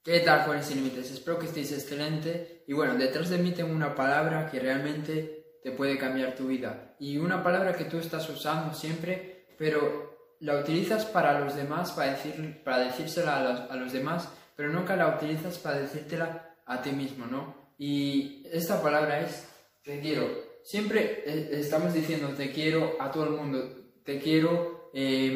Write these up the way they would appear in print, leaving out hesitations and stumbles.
¿Qué tal, Jóvenes Sin Límites? Espero que estéis excelente. Y bueno, detrás de mí tengo una palabra que realmente te puede cambiar tu vida. Y una palabra que tú estás usando siempre, pero la utilizas para los demás, para decírsela a los demás, pero nunca la utilizas para decírtela a ti mismo, ¿no? Y esta palabra es te quiero. Siempre estamos diciendo te quiero a todo el mundo. Te quiero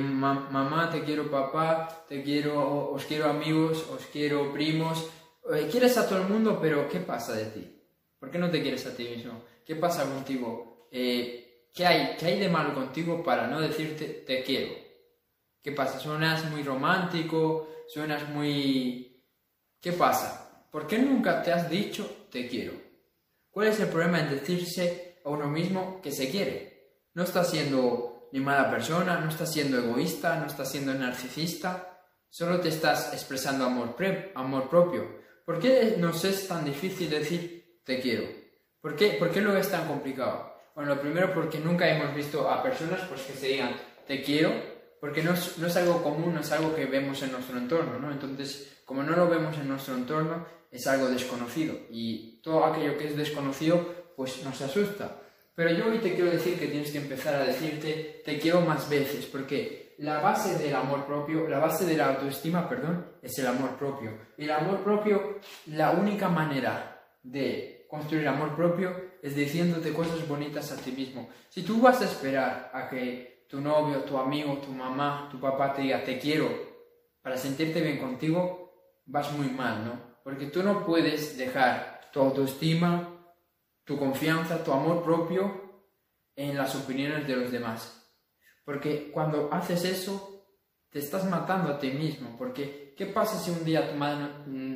mamá, te quiero papá, te quiero, os quiero amigos, os quiero primos. Quieres a todo el mundo, pero ¿qué pasa de ti? ¿Por qué no te quieres a ti mismo? ¿Qué pasa contigo? ¿Qué hay de malo contigo para no decirte te quiero? ¿Qué pasa? Suenas muy romántico, suenas muy... ¿Qué pasa? ¿Por qué nunca te has dicho te quiero? ¿Cuál es el problema en decirse a uno mismo que se quiere? No estás siendo ni mala persona, no estás siendo egoísta, no estás siendo narcisista, solo te estás expresando amor propio. ¿Por qué nos es tan difícil decir te quiero? ¿Por qué lo es tan complicado? Bueno, lo primero porque nunca hemos visto a personas pues, que se digan te quiero, porque no es algo común, no es algo que vemos en nuestro entorno, ¿no? Entonces, como no lo vemos en nuestro entorno, es algo desconocido y todo aquello que es desconocido pues nos asusta. Pero yo hoy te quiero decir que tienes que empezar a decirte te quiero más veces, porque la base del amor propio, la base de la autoestima, es el amor propio. Y el amor propio, la única manera de construir amor propio es diciéndote cosas bonitas a ti mismo. Si tú vas a esperar a que tu novio, tu amigo, tu mamá, tu papá te diga te quiero para sentirte bien contigo, vas muy mal, ¿no? Porque tú no puedes dejar tu autoestima, tu confianza, tu amor propio en las opiniones de los demás. Porque cuando haces eso, te estás matando a ti mismo. Porque, ¿qué pasa si un día tu madre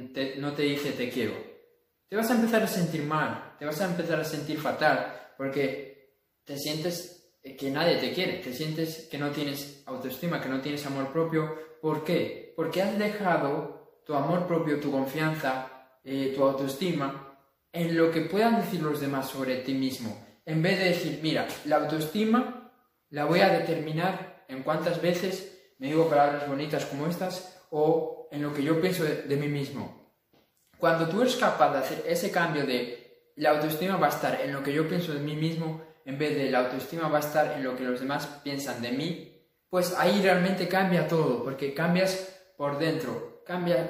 no te dice te quiero? Te vas a empezar a sentir mal, te vas a empezar a sentir fatal, porque te sientes que nadie te quiere, te sientes que no tienes autoestima, que no tienes amor propio. ¿Por qué? Porque has dejado tu amor propio, tu confianza, tu autoestima en lo que puedan decir los demás sobre ti mismo, en vez de decir, mira, la autoestima la voy a determinar en cuántas veces me digo palabras bonitas como estas o en lo que yo pienso de mí mismo. Cuando tú eres capaz de hacer ese cambio de la autoestima va a estar en lo que yo pienso de mí mismo en vez de la autoestima va a estar en lo que los demás piensan de mí, pues ahí realmente cambia todo, porque cambias por dentro,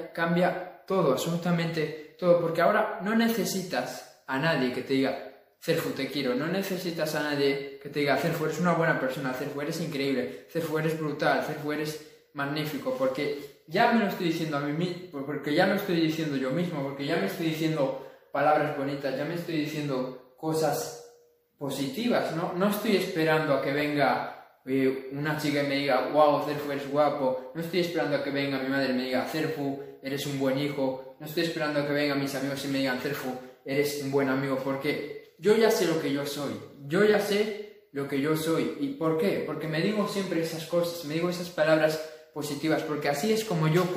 cambia todo, absolutamente todo, porque ahora no necesitas a nadie que te diga Cerfu, te quiero, no necesitas a nadie que te diga Cerfu, eres una buena persona, Cerfu, eres increíble, Cerfu, eres brutal, Cerfu, eres magnífico, porque ya me lo estoy diciendo a mí mismo, porque ya me lo estoy diciendo yo mismo, porque ya me estoy diciendo palabras bonitas, ya me estoy diciendo cosas positivas, ¿no? No estoy esperando a que venga una chica y me diga wow, Cerfu, eres guapo, no estoy esperando a que venga mi madre y me diga Cerfu, eres un buen hijo, no estoy esperando a que vengan mis amigos y me digan Cerfu, eres un buen amigo, porque yo ya sé lo que yo soy, yo ya sé lo que yo soy. ¿Y por qué? Porque me digo siempre esas cosas, me digo esas palabras positivas, porque así es como yo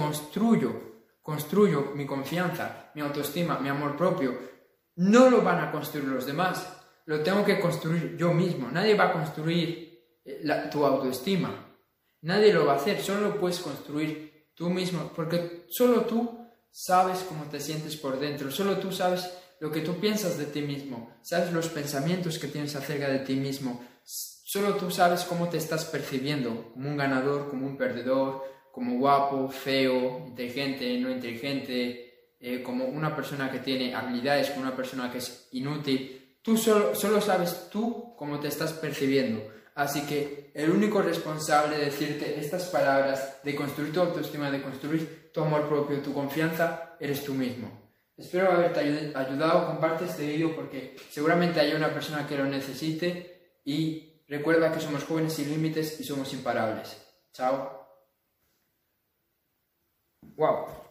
construyo mi confianza, mi autoestima, mi amor propio. No lo van a construir los demás, lo tengo que construir yo mismo. Nadie va a construir tu autoestima, nadie lo va a hacer, solo lo puedes construir tú mismo, porque solo tú sabes cómo te sientes por dentro, solo tú sabes lo que tú piensas de ti mismo, sabes los pensamientos que tienes acerca de ti mismo, solo tú sabes cómo te estás percibiendo, como un ganador, como un perdedor, como guapo, feo, inteligente, no inteligente, como una persona que tiene habilidades, como una persona que es inútil. Tú solo sabes tú cómo te estás percibiendo. Así que el único responsable de decirte estas palabras, de construir tu autoestima, de construir tu amor propio, tu confianza, eres tú mismo. Espero haberte ayudado, comparte este vídeo porque seguramente haya una persona que lo necesite y recuerda que somos jóvenes sin límites y somos imparables. Chao. Wow.